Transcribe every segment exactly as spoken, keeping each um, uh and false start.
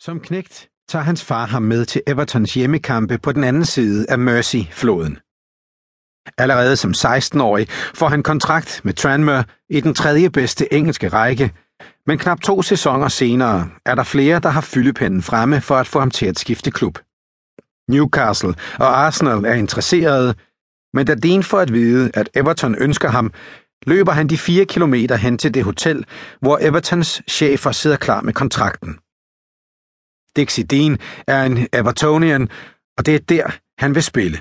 Som knægt tager hans far ham med til Evertons hjemmekampe på den anden side af Mersey-floden. Allerede som seksten-årig får han kontrakt med Tranmere i den tredje bedste engelske række, men knap to sæsoner senere er der flere, der har fyldepennen fremme for at få ham til at skifte klub. Newcastle og Arsenal er interesserede, men da Dean får at vide, at Everton ønsker ham, løber han de fire kilometer hen til det hotel, hvor Evertons chefer sidder klar med kontrakten. Dixie Dean er en Evertonian, og det er der, han vil spille.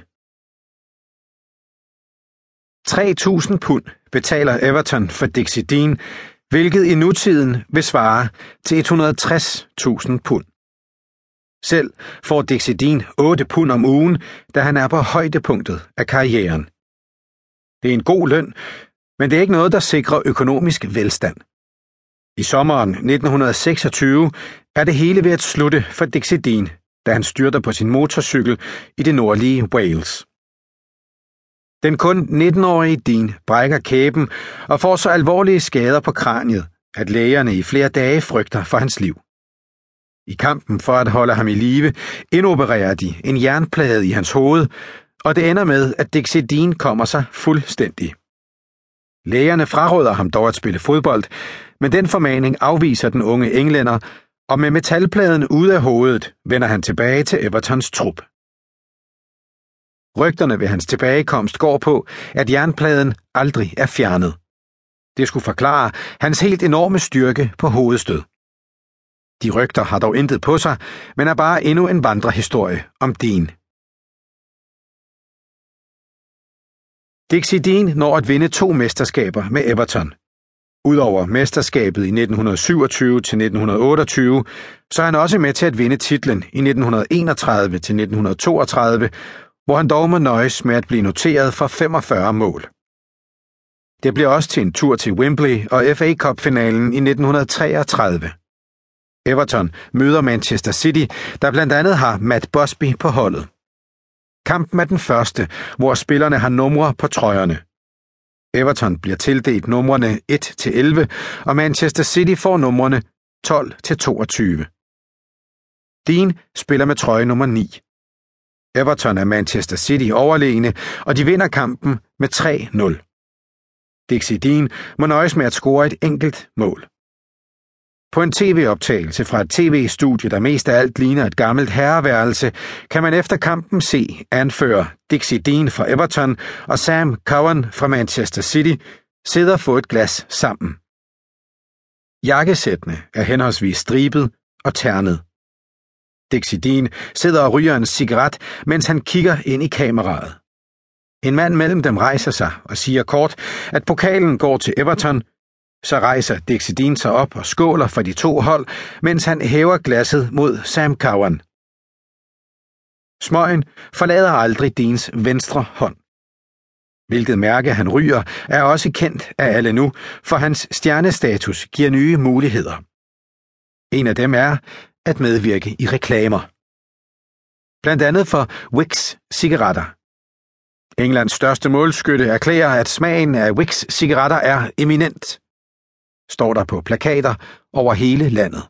tre tusind pund betaler Everton for Dixie Dean, hvilket i nutiden vil svare til et hundrede og tres tusind pund. Selv får Dixie Dean otte pund om ugen, da han er på højdepunktet af karrieren. Det er en god løn, men det er ikke noget, der sikrer økonomisk velstand. I sommeren nitten seksogtyve er det hele ved at slutte for Dixie Dean, da han styrter på sin motorcykel i det nordlige Wales. Den kun nitten-årige Dean brækker kæben og får så alvorlige skader på kraniet, at lægerne i flere dage frygter for hans liv. I kampen for at holde ham i live indopererer de en jernplade i hans hoved, og det ender med, at Dixie Dean kommer sig fuldstændig. Lægerne fraråder ham dog at spille fodbold, men den formaning afviser den unge englænder, og med metalpladen ude af hovedet vender han tilbage til Evertons trup. Rygterne ved hans tilbagekomst går på, at jernpladen aldrig er fjernet. Det skulle forklare hans helt enorme styrke på hovedstød. De rygter har dog intet på sig, men er bare endnu en vandrehistorie om Dean. Dixie Dean når at vinde to mesterskaber med Everton. Udover mesterskabet i nitten syvogtyve til nitten otteogtyve, så er han også med til at vinde titlen i nitten enogtredive til nitten toogtredive, hvor han dog må nøjes med at blive noteret for femogfyrre mål. Det bliver også til en tur til Wembley og F A Cup-finalen i nitten treogtredive. Everton møder Manchester City, der blandt andet har Matt Busby på holdet. Kampen er den første, hvor spillerne har numre på trøjerne. Everton bliver tildelt numrene et til elleve, og Manchester City får numrene tolv til toogtyve. Dean spiller med trøje nummer ni. Everton er Manchester City overlegne, og de vinder kampen med tre nul. Dixie Dean må nøjes med at score et enkelt mål. På en tv-optagelse fra et tv-studie, der mest af alt ligner et gammelt herreværelse, kan man efter kampen se anfører Dixie Dean fra Everton og Sam Cowan fra Manchester City sidde og få et glas sammen. Jakkesættene er henholdsvis stribet og ternet. Dixie Dean sidder og ryger en cigaret, mens han kigger ind i kameraet. En mand mellem dem rejser sig og siger kort, at pokalen går til Everton. Så rejser Dixie Dean sig op og skåler for de to hold, mens han hæver glasset mod Sam Cowan. Smøgen forlader aldrig Deans venstre hånd. Hvilket mærke han ryger, er også kendt af alle nu, for hans stjernestatus giver nye muligheder. En af dem er at medvirke i reklamer. Blandt andet for Wicks cigaretter. Englands største målskytte erklærer, at smagen af Wicks cigaretter er eminent, står der på plakater over hele landet.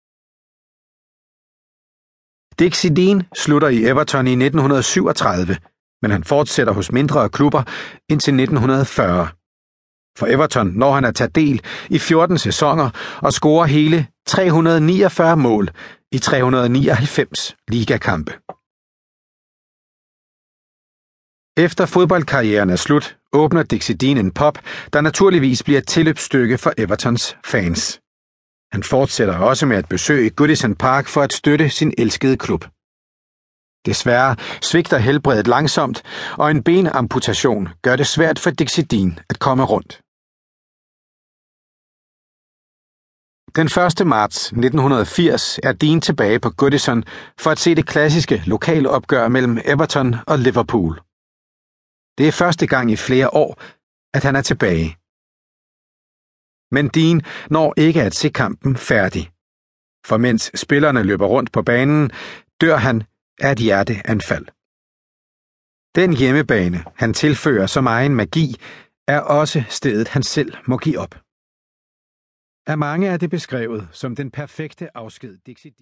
Dixie Dean slutter i Everton i nitten syvogtredive, men han fortsætter hos mindre klubber indtil nitten fyrre. For Everton når han at tage del i fjorten sæsoner og scorer hele tre hundrede og niogfyrre mål i tre hundrede og nioghalvfems ligakampe. Efter fodboldkarrieren er slut, åbner Dixie Dean en pub, der naturligvis bliver et tilløbsstykke for Evertons fans. Han fortsætter også med at besøge Goodison Park for at støtte sin elskede klub. Desværre svigter helbredet langsomt, og en benamputation gør det svært for Dixie Dean at komme rundt. Den første marts nitten firs er Dean tilbage på Goodison for at se det klassiske lokale opgør mellem Everton og Liverpool. Det er første gang i flere år, at han er tilbage. Men Dean når ikke at se kampen færdig. For mens spillerne løber rundt på banen, dør han af et hjerteanfald. Den hjemmebane, han tilfører som egen magi, er også stedet, han selv må give op. Af mange er det beskrevet som den perfekte afsked Dixie